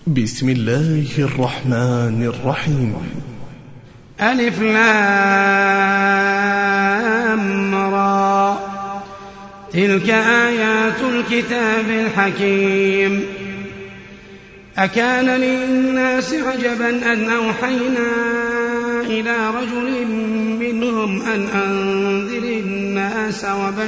بسم الله الرحمن الرحيم. ألف لام را، تلك آيات الكتاب الحكيم. أكان للناس عجبا أن أوحينا إلى رجل منهم أن أنذر الناس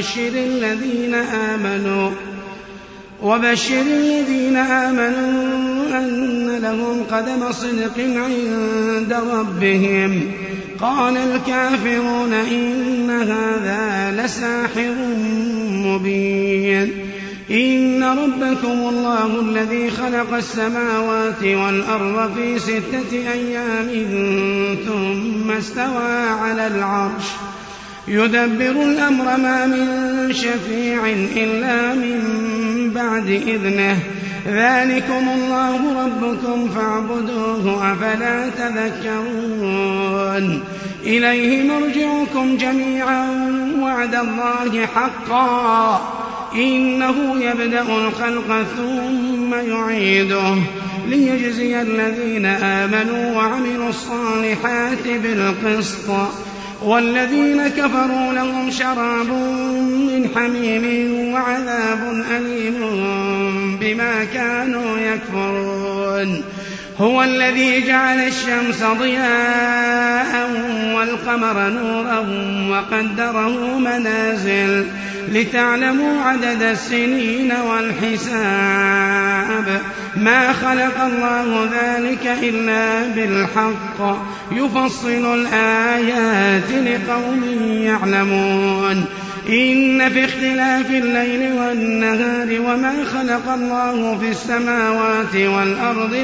وبشر الذين آمنوا أن لهم قدم صدق عند ربهم. قال الكافرون إن هذا لساحر مبين. إن ربكم الله الذي خلق السماوات والأرض في 6 أيام ثم استوى على العرش يدبر الأمر ما من شفيع إلا من بعد إذنه. ذلكم الله ربكم فاعبدوه أفلا تذكرون. إليه مرجعكم جميعا وعد الله حقا إنه يبدأ الخلق ثم يعيده ليجزي الذين آمنوا وعملوا الصالحات بالقسط والذين كفروا لهم شراب من حميم وعذاب أليم بما كانوا يكفرون. هو الذي جعل الشمس ضياء والقمر نورا وقدره منازل لتعلموا عدد السنين والحساب. ما خلق الله ذلك إلا بالحق يفصل الآيات لقوم يعلمون. إن في اختلاف الليل والنهار وما خلق الله في السماوات والأرض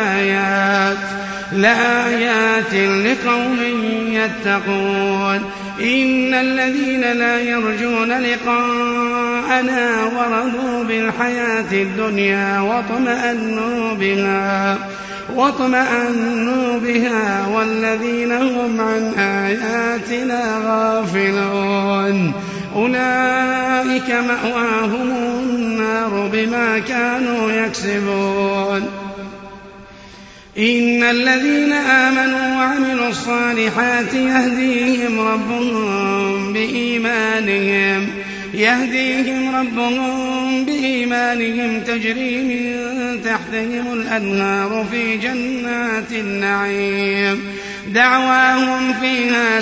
لآيات لقوم يتقون. إن الذين لا يرجون لقاءنا ورضوا بالحياة الدنيا واطمأنوا بها والذين هم عن آياتنا غافلون أولئك مأواهم النار بما كانوا يكسبون. إن الذين آمنوا وعملوا الصالحات يهديهم ربهم بإيمانهم تجري من تحتهم الأنهار في جنات النعيم. دعواهم فيها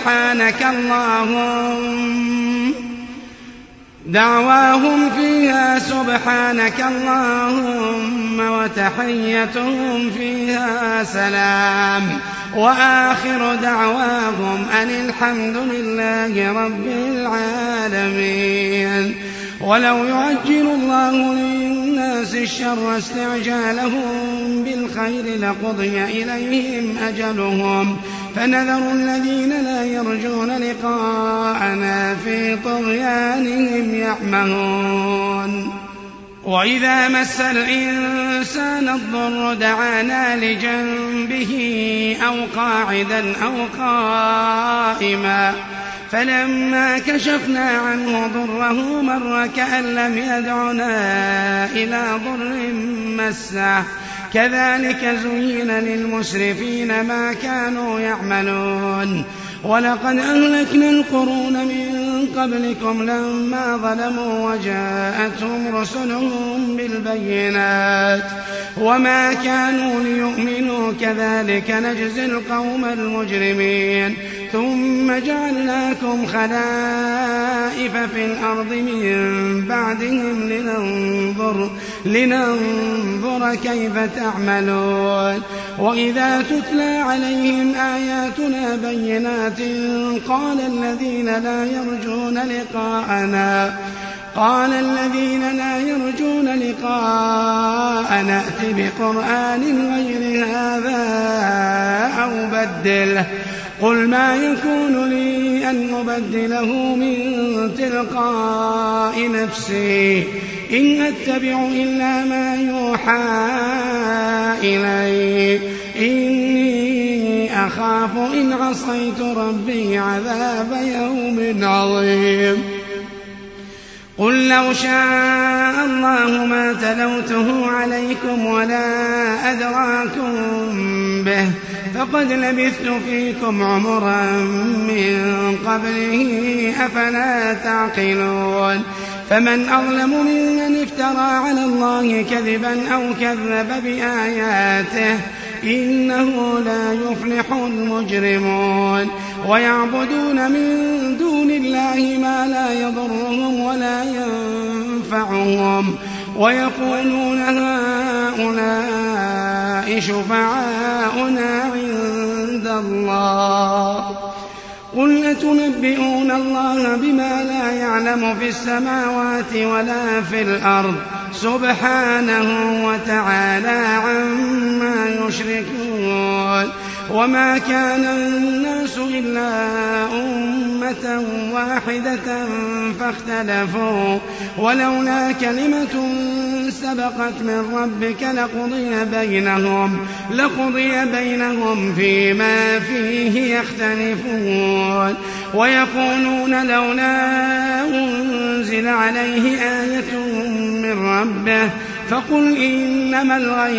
سبحانك اللهم وتحيتهم فيها سلام. وآخر دعواهم أن الحمد لله رب العالمين. ولو يعجل الله للناس الشر استعجالهم بالخير لقضي إليهم أجلهم فنذر الذين لا يرجون لقاءنا في طغيانهم يعمهون. وإذا مس الإنسان الضر دعانا لجنبه أو قاعدا أو قائما فلما كشفنا عنه ضره مر كأن لم يدعنا إلى ضر مسه. كذلك زين للمسرفين ما كانوا يعملون. ولقد أهلكنا القرون من قبلكم لما ظلموا وجاءتهم رسلهم بالبينات وما كانوا ليؤمنوا كذلك نجزي القوم المجرمين. ثم جعلناكم خلائف في الأرض من بعدهم لننظر كيف تعملون. وإذا تتلى عليهم آياتنا بينات قال الذين لا يرجون لقاءنا ائت بقرآن غير هذا أو بدله. قل ما يكون لي أن أبدله من تلقاء نفسي إن أتبع إلا ما يوحى إلي إني أخاف إن عصيت ربي عذاب يوم عظيم. قل لو شاء الله ما تلوته عليكم ولا أدراكم به فقد لبثت فيكم عمرا من قبله أفلا تعقلون فمن أظلم ممن افترى على الله كذبا أو كذب بآياته إنه لا يفلح المجرمون ويعبدون من دون الله ما لا يضرهم ولا ينفعهم ويقولون هؤلاء شفعاؤنا عند الله قل أتنبئون الله بما لا يعلم في السماوات ولا في الأرض سبحانه وتعالى عما يشركون وما كان الناس إلا أمة واحدة فاختلفوا ولولا كلمة سبقت من ربك لقضي بينهم فيما فيه يختلفون ويقولون لولا أنزل عليه آية من ربه فقل إنما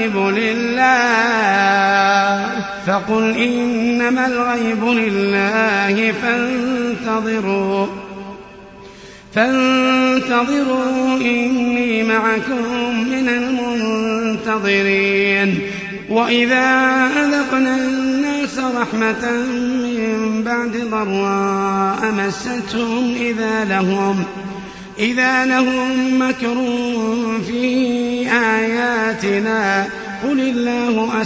الغيب لله فانتظروا إني معكم من المنتظرين وإذا أذقنا الناس رحمة من بعد ضراء مستهم إذا لهم مكر في آياتنا قل الله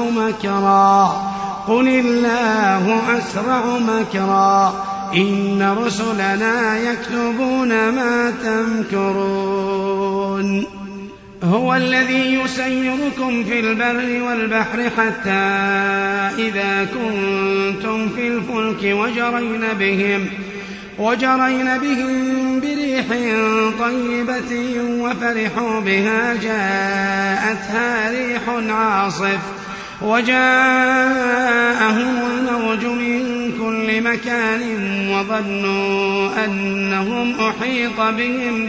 أسرع مكرا إن رسلنا يكتبون ما تمكرون هو الذي يسيركم في البر والبحر حتى إذا كنتم في الفلك وجرين بهم بريح طيبة وفرحوا بها جاءتها ريح عاصف وجاءهم الموج من كل مكان وظنوا أنهم أحيط بهم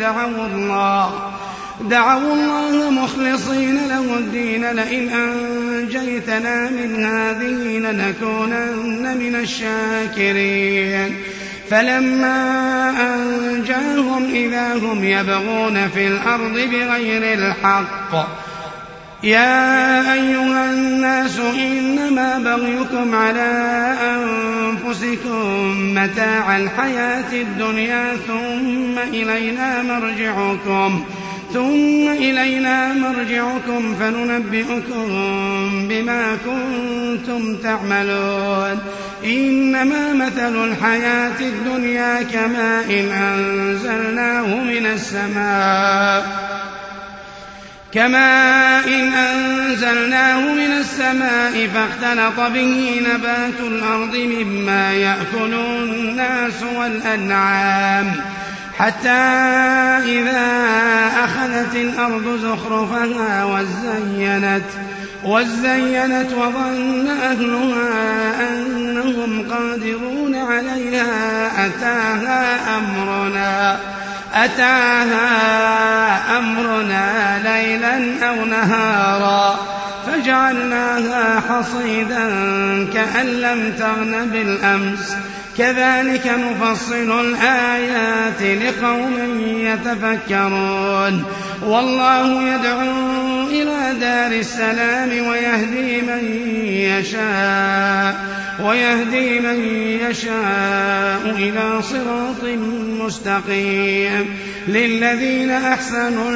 دعوا الله مخلصين له الدين لئن أنجيتنا من هذه لنكونن من الشاكرين فلما أنجاهم إذا هم يبغون في الأرض بغير الحق يا أيها الناس إنما بغيكم على أنفسكم متاع الحياة الدنيا ثم إلينا مرجعكم فننبئكم بما كنتم تعملون إنما مثل الحياة الدنيا كماء أنزلناه من السماء فاختلط به نبات الأرض مما يأكل الناس والأنعام حتى إذا أخذت الأرض زخرفها وزينت وظن أهلها أنهم قادرون عليها أتاها أمرنا ليلا أو نهارا فجعلناها حصيدا كأن لم تغن بالأمس كذلك نفصل الآيات لقوم يتفكرون والله يدعو إلى دار السلام ويهدي من يشاء إلى صراط مستقيم للذين أحسنوا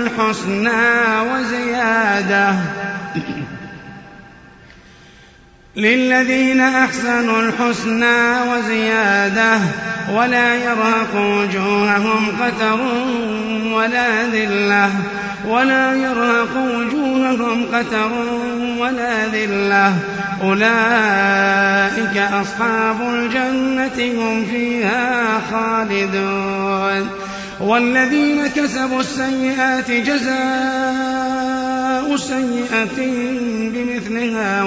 الحسنى وزيادة ولا يرهق وجوههم قتر ولا ذلة أولئك أصحاب الجنة هم فيها خالدون والذين كسبوا السيئات جزاء سيئة بمثلها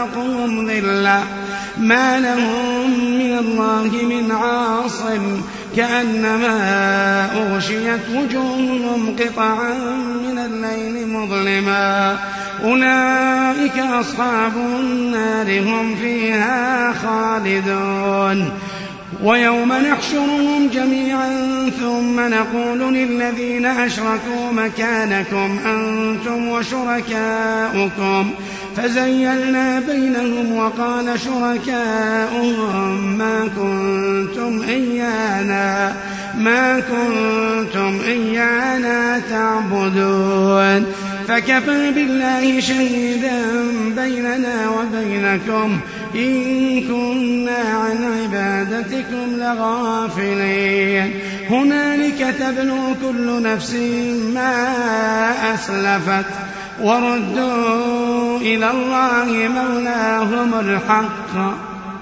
وترهقهم ذلة ما لهم من الله من عاصم كأنما أغشيت وجوههم قطعا من الليل مظلما أولئك أصحاب النار هم فيها خالدون ويوم نحشرهم جميعا ثم نقول للذين أشركوا مكانكم أنتم وشركاؤكم فزيلنا بينهم وقال شركاؤهم ما كنتم إيانا تعبدون فكفى بالله شهيدا بيننا وبينكم إن كنا عن عبادتكم لغافلين هنالك تبلو كل نفس ما أسلفت وردوا إلى الله مولاهم الحق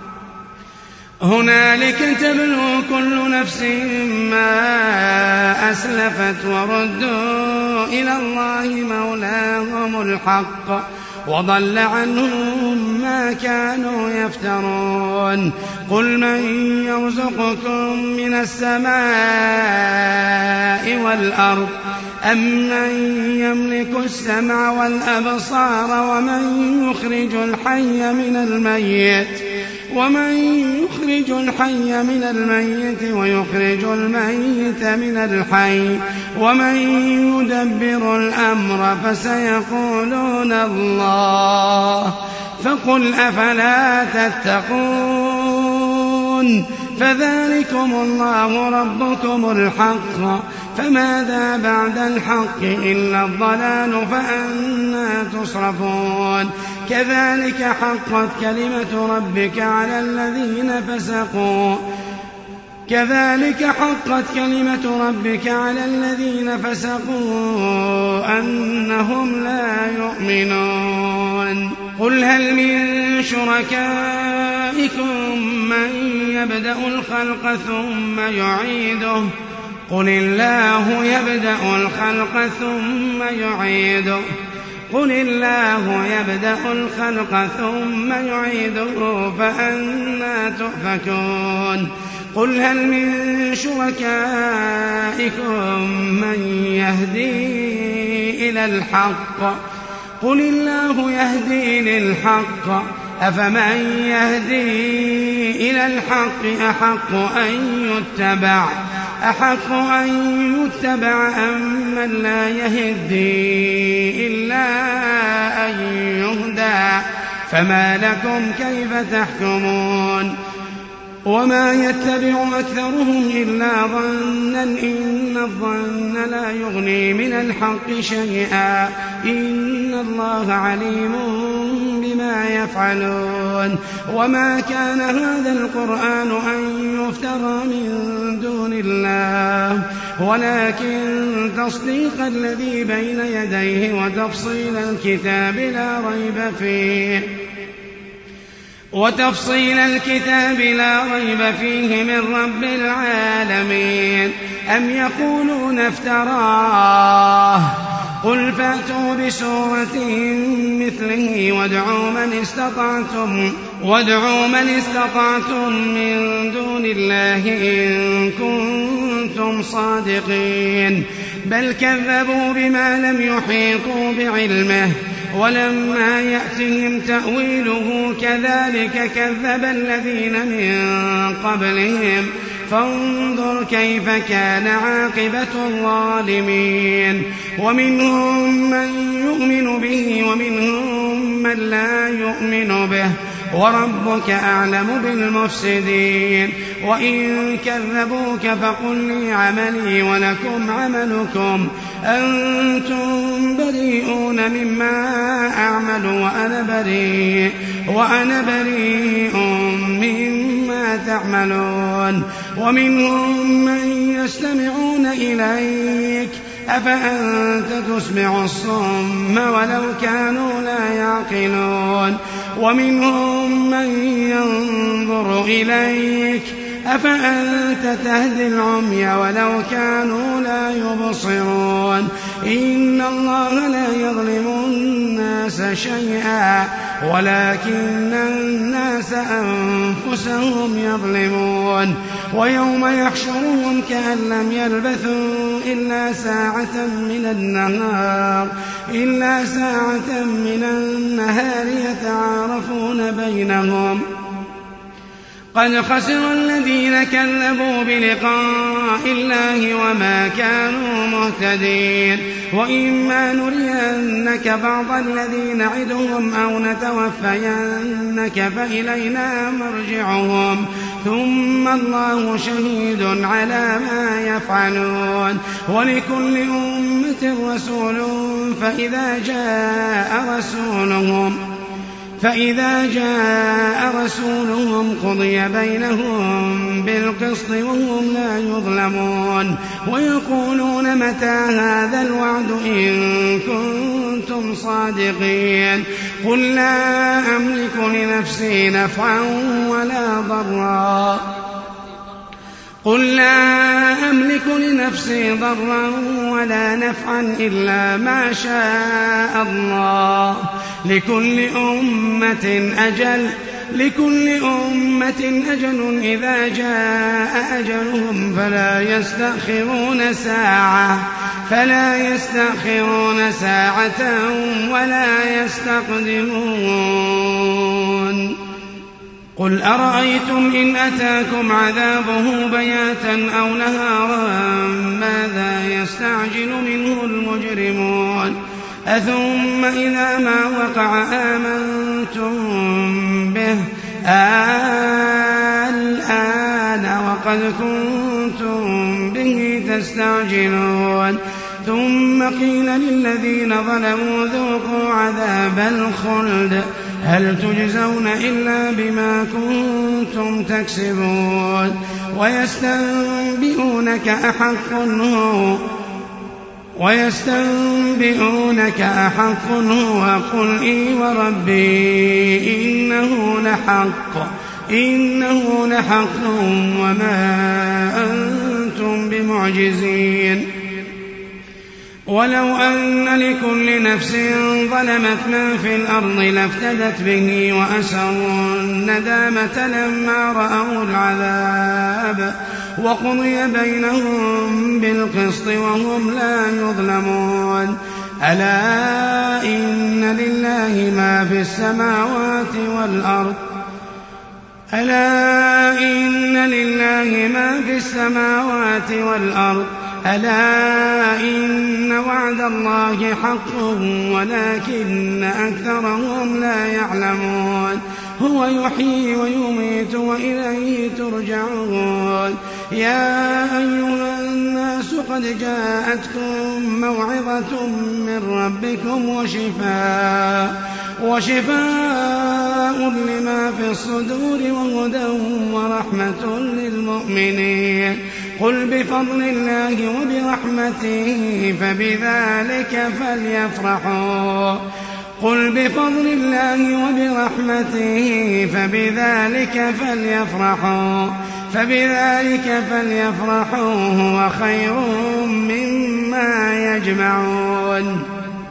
هنالك تبلو كل نفس ما أسلفت وردوا إلى الله مولاهم الحق وضل عنهم ما كانوا يفترون قل من يرزقكم من السماء والأرض أم من يملك السمع والأبصار ومن يخرج الحي من الميت ويخرج الميت من الحي ومن يدبر الأمر فسيقولون الله فقل أفلا تتقون فذلكم الله ربكم الحق فماذا بعد الحق إلا الضلال فأنى تصرفون كذلك حقت كلمة ربك على الذين فسقوا أنهم لا يؤمنون قل هل من شركائكم من يبدأ الخلق ثم يعيده قل الله يبدأ الخلق ثم يعيده فأنى تؤفكون قل هل من شركائكم من يهدي إلى الحق قل الله يهدي للحق أفمن يهدي إلى الحق أحق أن يتبع أم من لا يهدي إلا أن يهدى فما لكم كيف تحكمون وما يتبع أكثرهم إلا ظنا إن الظن لا يغني من الحق شيئا إن الله عليم بما يفعلون وما كان هذا القرآن أن يفترى من دون الله ولكن تصديق الذي بين يديه وتفصيل الكتاب لا ريب فيه من رب العالمين أم يقولون افتراه قل فأتوا بسورة مثله وادعوا من استطعتم من دون الله إن كنتم صادقين بل كذبوا بما لم يحيطوا بعلمه ولما يأتهم تأويله كذلك كذب الذين من قبلهم فانظر كيف كان عاقبة الظالمين ومنهم من يؤمن به ومنهم من لا يؤمن به وربك أعلم بالمفسدين وإن كذبوك فقل لي عملي ولكم عملكم أنتم بريئون مما أعمل وأنا بريء مما تعملون ومنهم من يستمعون إليك أفأنت تسمع الصم ولو كانوا لا يعقلون ومنهم من ينظر إليك أفأنت تهدي العمي ولو كانوا لا يبصرون إن الله لا يظلم الناس شيئا ولكن الناس أنفسهم يظلمون ويوم يحشرهم كأن لم يلبثوا إلا ساعة من النهار يتعارفون بينهم قد خسر الذين كذبوا بلقاء الله وما كانوا مهتدين وإما نرينك بعض الذي نعدهم أو نتوفينك فإلينا مرجعهم ثم الله شهيد على ما يفعلون ولكل أمة رسول فإذا جاء رسولهم قضي بينهم بالقسط وهم لا يظلمون ويقولون متى هذا الوعد إن كنتم صادقين قل لا أملك لنفسي نفعا ولا ضرا إلا ما شاء الله لكل أمة أجل إذا جاء أجلهم فلا يستأخرون ساعة ولا يستقدمون قل أرأيتم إن أتاكم عذابه بياتا أو نهارا ماذا يستعجل منه المجرمون أثم إذا ما وقع آمنتم به الآن وقد كنتم به تستعجلون ثم قيل للذين ظلموا ذوقوا عذاب الخلد هل تجزون إلا بما كنتم تكسبون ويستنبئونك أحق هو قل إي وربي إنه لحق وما أنتم بمعجزين ولو أن لكل نفس ظلمت ما في الأرض لافتدت به وأسروا الندامة لما رأوا العذاب وقضي بينهم بالقسط وهم لا يظلمون ألا إن لله ما في السماوات والأرض ألا إن وعد الله حق ولكن أكثرهم لا يعلمون هو يحيي ويميت وإليه ترجعون يا أيها الناس قد جاءتكم موعظة من ربكم وشفاء لما في الصدور وهدى ورحمة للمؤمنين قل بفضل الله وبرحمته فبذلك فليفرحوا هو خير مما يجمعون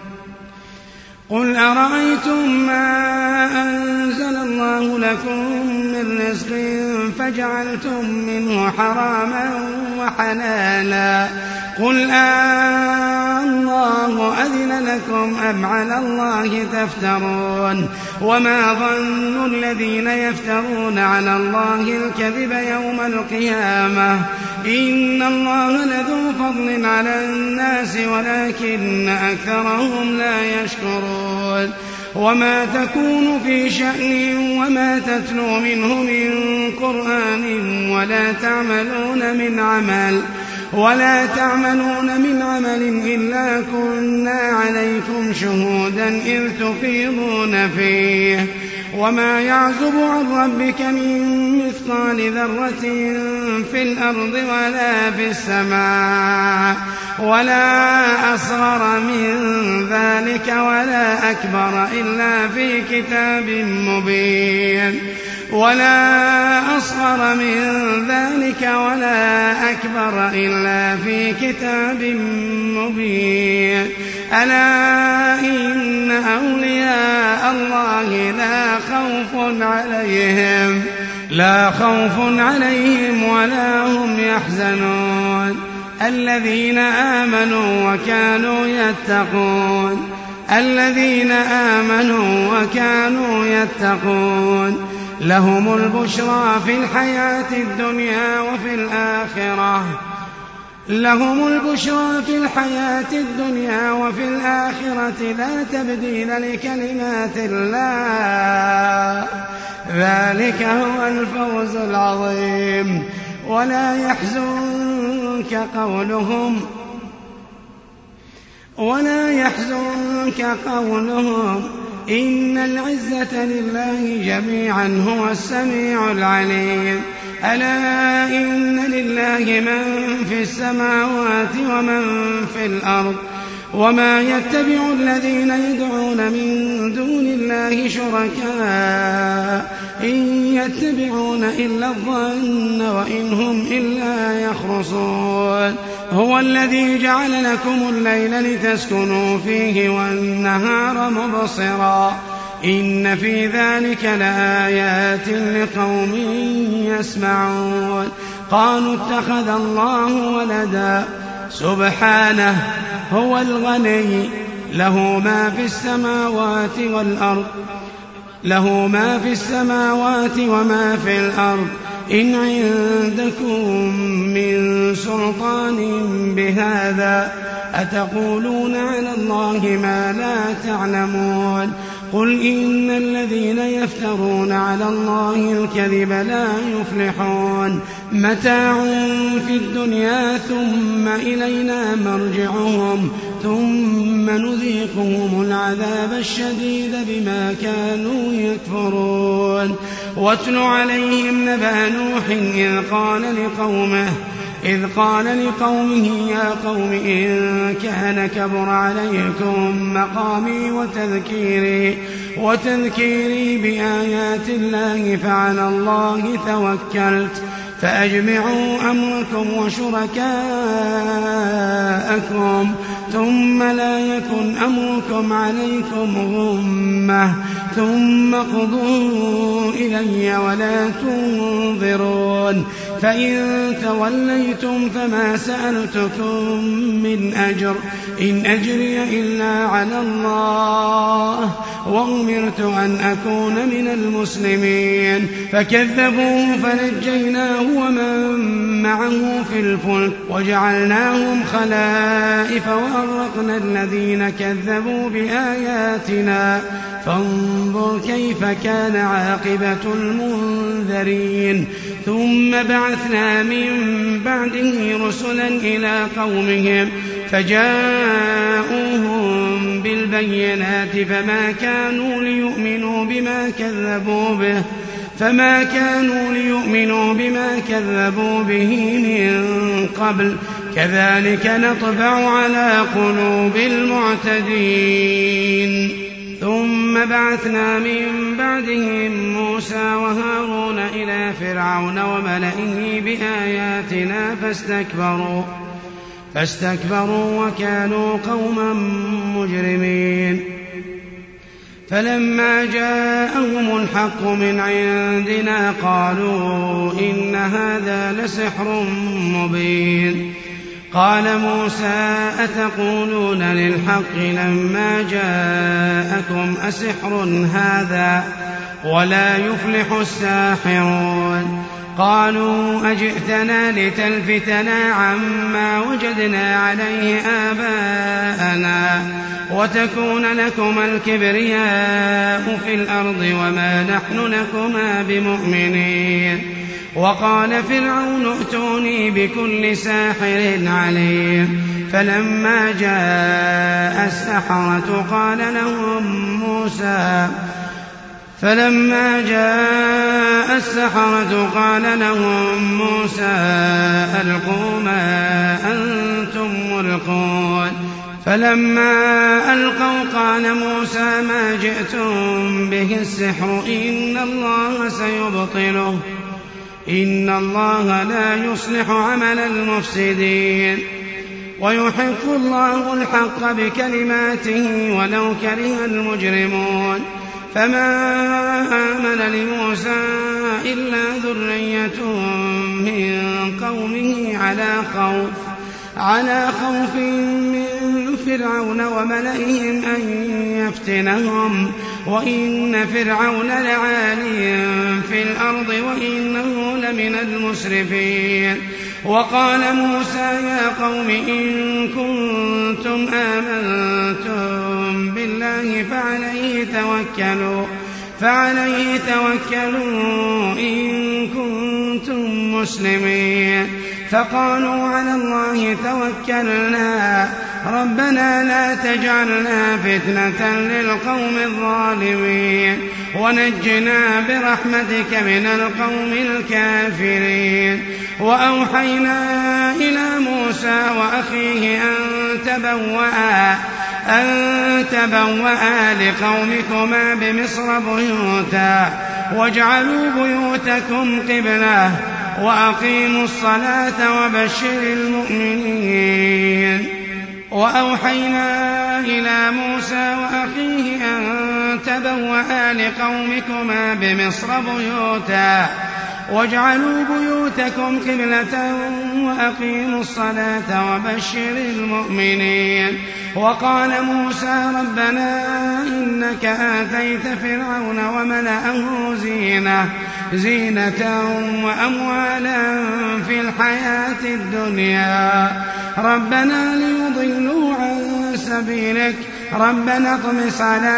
قل أرأيتم ما أنزل الله لكم من رزق فجعلتم منه حراما وحلالا قل الله أذن لكم أم على الله تفترون وما ظن الذين يفترون على الله الكذب يوم القيامة إن الله لذو فضل على الناس ولكن أكثرهم لا يشكرون وما تكون في شأن وما تتلو منه من قرآن ولا تعملون من عمل إلا كنا عليكم شهودا إذ تفيضون فيه وما يعزب عن ربك من مثقال ذرة في الأرض ولا أصغر من ذلك ولا أكبر إلا في كتاب مبين ولا أصغر من ذلك ولا أكبر إلا في كتاب مبين ألا إن أولياء الله لا خوف عليهم ولا هم يحزنون الذين آمنوا وكانوا يتقون لهم البشرى في الحياة الدنيا وفي الآخرة لا تبديل لكلمات الله ذلك هو الفوز العظيم ولا يحزنك قولهم إن العزة لله جميعا هو السميع العليم ألا إن لله من في السماوات ومن في الأرض وما يتبع الذين يدعون من دون الله شركاء إن يتبعون إلا الظن وإن هم إلا يخرصون هو الذي جعل لكم الليل لتسكنوا فيه والنهار مبصرا إن في ذلك لآيات لقوم يسمعون قالوا اتخذ الله ولدا سبحانه هو الغني له ما في السماوات وما في الأرض إن عندكم من سلطان بهذا أتقولون على الله ما لا تعلمون قل إن الذين يفترون على الله الكذب لا يفلحون متاع في الدنيا ثم إلينا مرجعهم ثم نذيقهم العذاب الشديد بما كانوا يكفرون واتل عليهم نبأ نوح إذ قال لقومه يا قوم إن كان كبر عليكم مقامي وتذكيري بآيات الله فعلى الله توكلت فأجمعوا أمركم وشركاءكم ثم لا يكن أمركم عليكم غمة ثم قضوا إلي ولا تنظرون فإن توليتم فما سألتكم من أجر إن أجري إلا على الله وأمرت أن أكون من المسلمين فكذبوه فنجيناه ومن معه في الفلك وجعلناهم خلائف وأغرقنا الذين كذبوا بآياتنا فانظر كيف كان عاقبة المنذرين ثم بعثنا من بعده رسلا إلى قومهم فجاءوهم بالبينات فما كانوا ليؤمنوا بما كذبوا به من قبل كذلك نطبع على قلوب المعتدين ثم بعثنا من بعدهم موسى وهارون إلى فرعون وملئه بآياتنا فاستكبروا وكانوا قوما مجرمين فلما جاءهم الحق من عندنا قالوا إن هذا لسحر مبين قال موسى أتقولون للحق لما جاءكم أسحر هذا ولا يفلح الساحرون قالوا أجئتنا لتلفتنا عما وجدنا عليه آباءنا وتكون لكما الكبرياء في الأرض وما نحن لكما بمؤمنين وقال فرعون ائتوني بكل ساحر عليم فلما جاء السحرة قال لهم موسى ألقوا ما أنتم ملقون فلما ألقوا قال موسى ما جئتم به السحر إن الله سيبطله إن الله لا يصلح عمل المفسدين ويحق الله الحق بكلماته ولو كره المجرمون فما آمن لموسى إلا ذرية من قومه على خوف من فرعون وملئهم أن يفتنهم وإن فرعون لعالي في الأرض وإنه لمن المسرفين وقال موسى يا قوم إن كنتم آمنتم بالله فعليه توكلوا إن كنتم مسلمين فقالوا على الله توكلنا ربنا لا تجعلنا فتنة للقوم الظالمين ونجنا برحمتك من القوم الكافرين وأوحينا إلى موسى وأخيه أن تبوأ لقومكما بمصر بيوتا واجعلوا بيوتكم قبلة وأقيموا الصلاة وبشر المؤمنين وأوحينا إلى موسى وأخيه أن تبوأ لقومكما بمصر بيوتا واجعلوا بيوتكم قبلة وأقيموا الصلاة وبشر المؤمنين وقال موسى ربنا إنك آتيت فرعون وملأه زينة وأموالا في الحياة الدنيا ربنا ليضلوا عن سبيلك ربنا اطمس على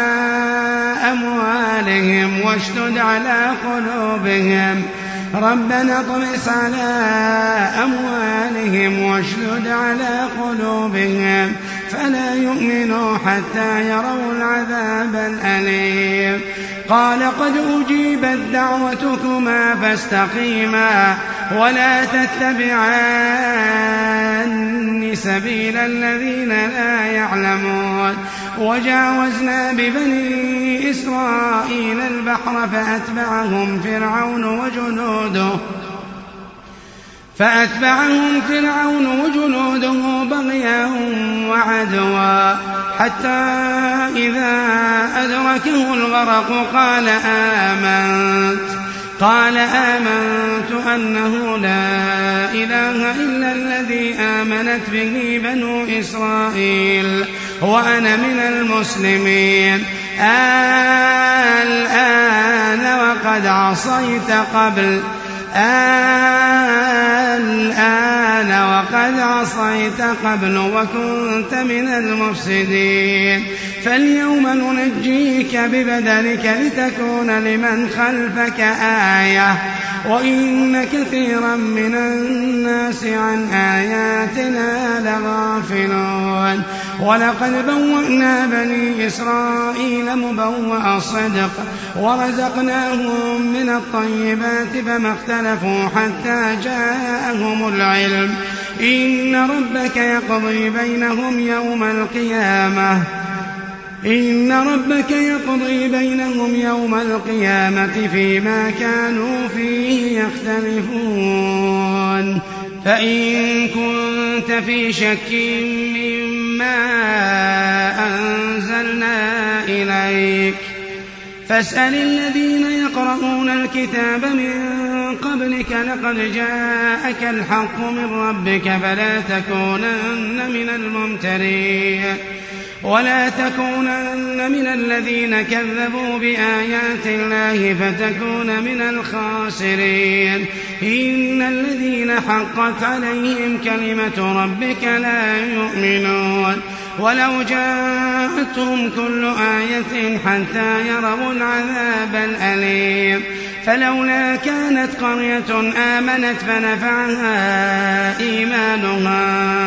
أموالهم واشدد على قلوبهم ربنا اطمس على أموالهم واشدد على قلوبهم فلا يؤمنوا حتى يروا العذاب الأليم قال قد أجيبت دعوتكما فاستقيما ولا تتبعان سبيل الذين لا يعلمون وجاوزنا ببني إسرائيل البحر فأتبعهم فرعون وجنوده بغيا وعدوا حتى إذا أدركه الغرق قال آمنت أنه لا إله إلا الذي آمنت به بنو إسرائيل وأنا من المسلمين الآن وقد عصيت قبل وكنت من المفسدين فاليوم ننجيك ببدنك لتكون لمن خلفك آية وإن كثيرا من الناس عن آياتنا لغافلون ولقد بوأنا بني إسرائيل مبوأ صدق ورزقناهم من الطيبات فما اختلفوا حتى جاءهم العلم إن ربك يقضي بينهم يوم القيامة فيما كانوا فيه يختلفون فإن كنت في شك مما أنزلنا إليك فاسأل الذين يقرؤون الكتاب من قبلك لقد جاءك الحق من ربك فلا تكونن من الممترين ولا تكونن من الذين كذبوا بآيات الله فتكون من الخاسرين إن الذين حقت عليهم كلمة ربك لا يؤمنون ولو جاءتهم كل آية حتى يروا العذاب الأليم فلولا كانت قرية آمنت فنفعها إيمانها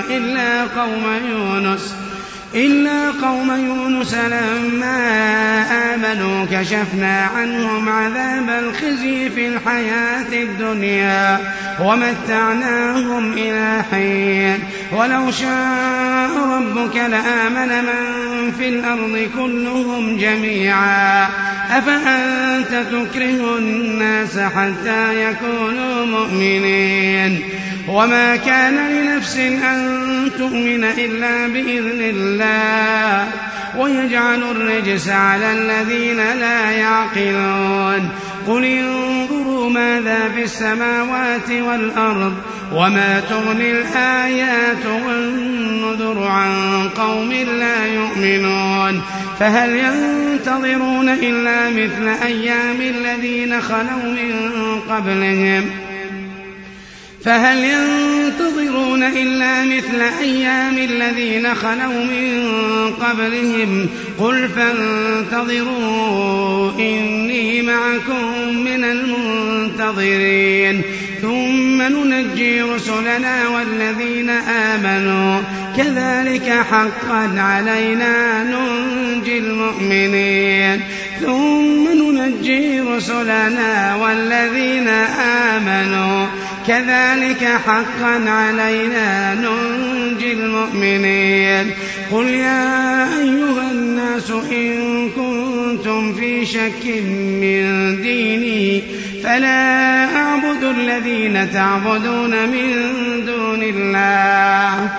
إلا قوم يونس لما آمنوا كشفنا عنهم عذاب الخزي في الحياة الدنيا ومتعناهم إلى حين ولو شاء وربك لآمن من في الأرض كلهم جميعا أفأنت تكره الناس حتى يكونوا مؤمنين وما كان لنفس أن تؤمن إلا بإذن الله ويجعل الرجس على الذين لا يعقلون قل انظروا ماذا في السماوات والأرض وما تغني الآيات والنذر عن قوم لا يؤمنون فهل ينتظرون إلا مثل أيام الذين خلوا من قبلهم قل فانتظروا إني معكم من المنتظرين ثم ننجي رسلنا والذين آمنوا كذلك حقا علينا ننجي المؤمنين قل يا أيها الناس إن كنتم في شك من ديني فلا أعبد الذين تعبدون من دون الله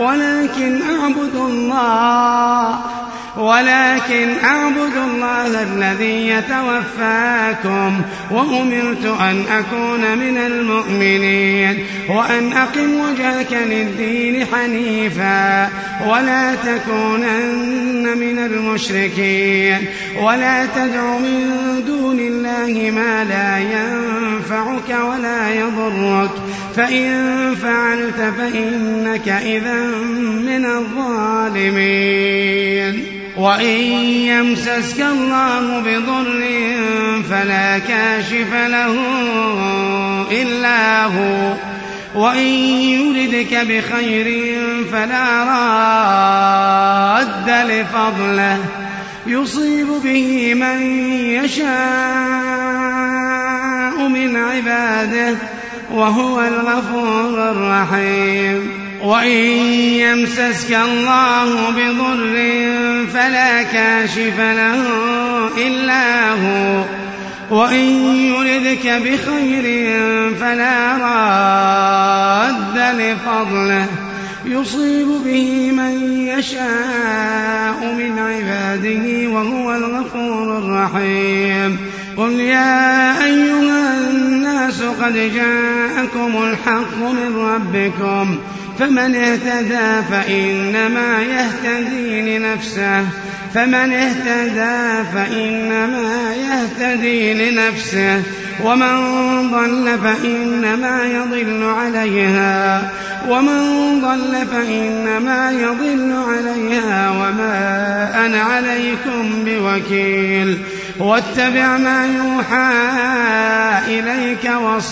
ولكن أعبد الله الذي يتوفاكم وأمرت أن أكون من المؤمنين وأن أقم وجهك للدين حنيفا ولا تكونن من المشركين ولا تدع من دون الله ما لا ينفعك ولا يضرك فإن فعلت فإنك إذا من الظالمين وإن يمسسك الله بضر فلا كاشف له إلا هو وإن يردك بخير فلا راد لفضله يصيب به من يشاء من عباده وهو الغفور الرحيم وإن يمسسك الله بضر فلا كاشف له إلا هو وإن يردك بخير فلا راد لفضله يصيب به من يشاء من عباده وهو الغفور الرحيم قل يا أيها الناس قد جاءكم الحق من ربكم فمن اهتدى فإنما يهتدي لنفسه ومن ضل فإنما يضل عليها وما أنا عليكم بوكيل واتبع ما يوحى إليك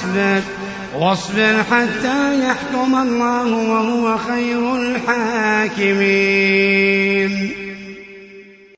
واصبر حتى يحكم الله وهو خير الحاكمين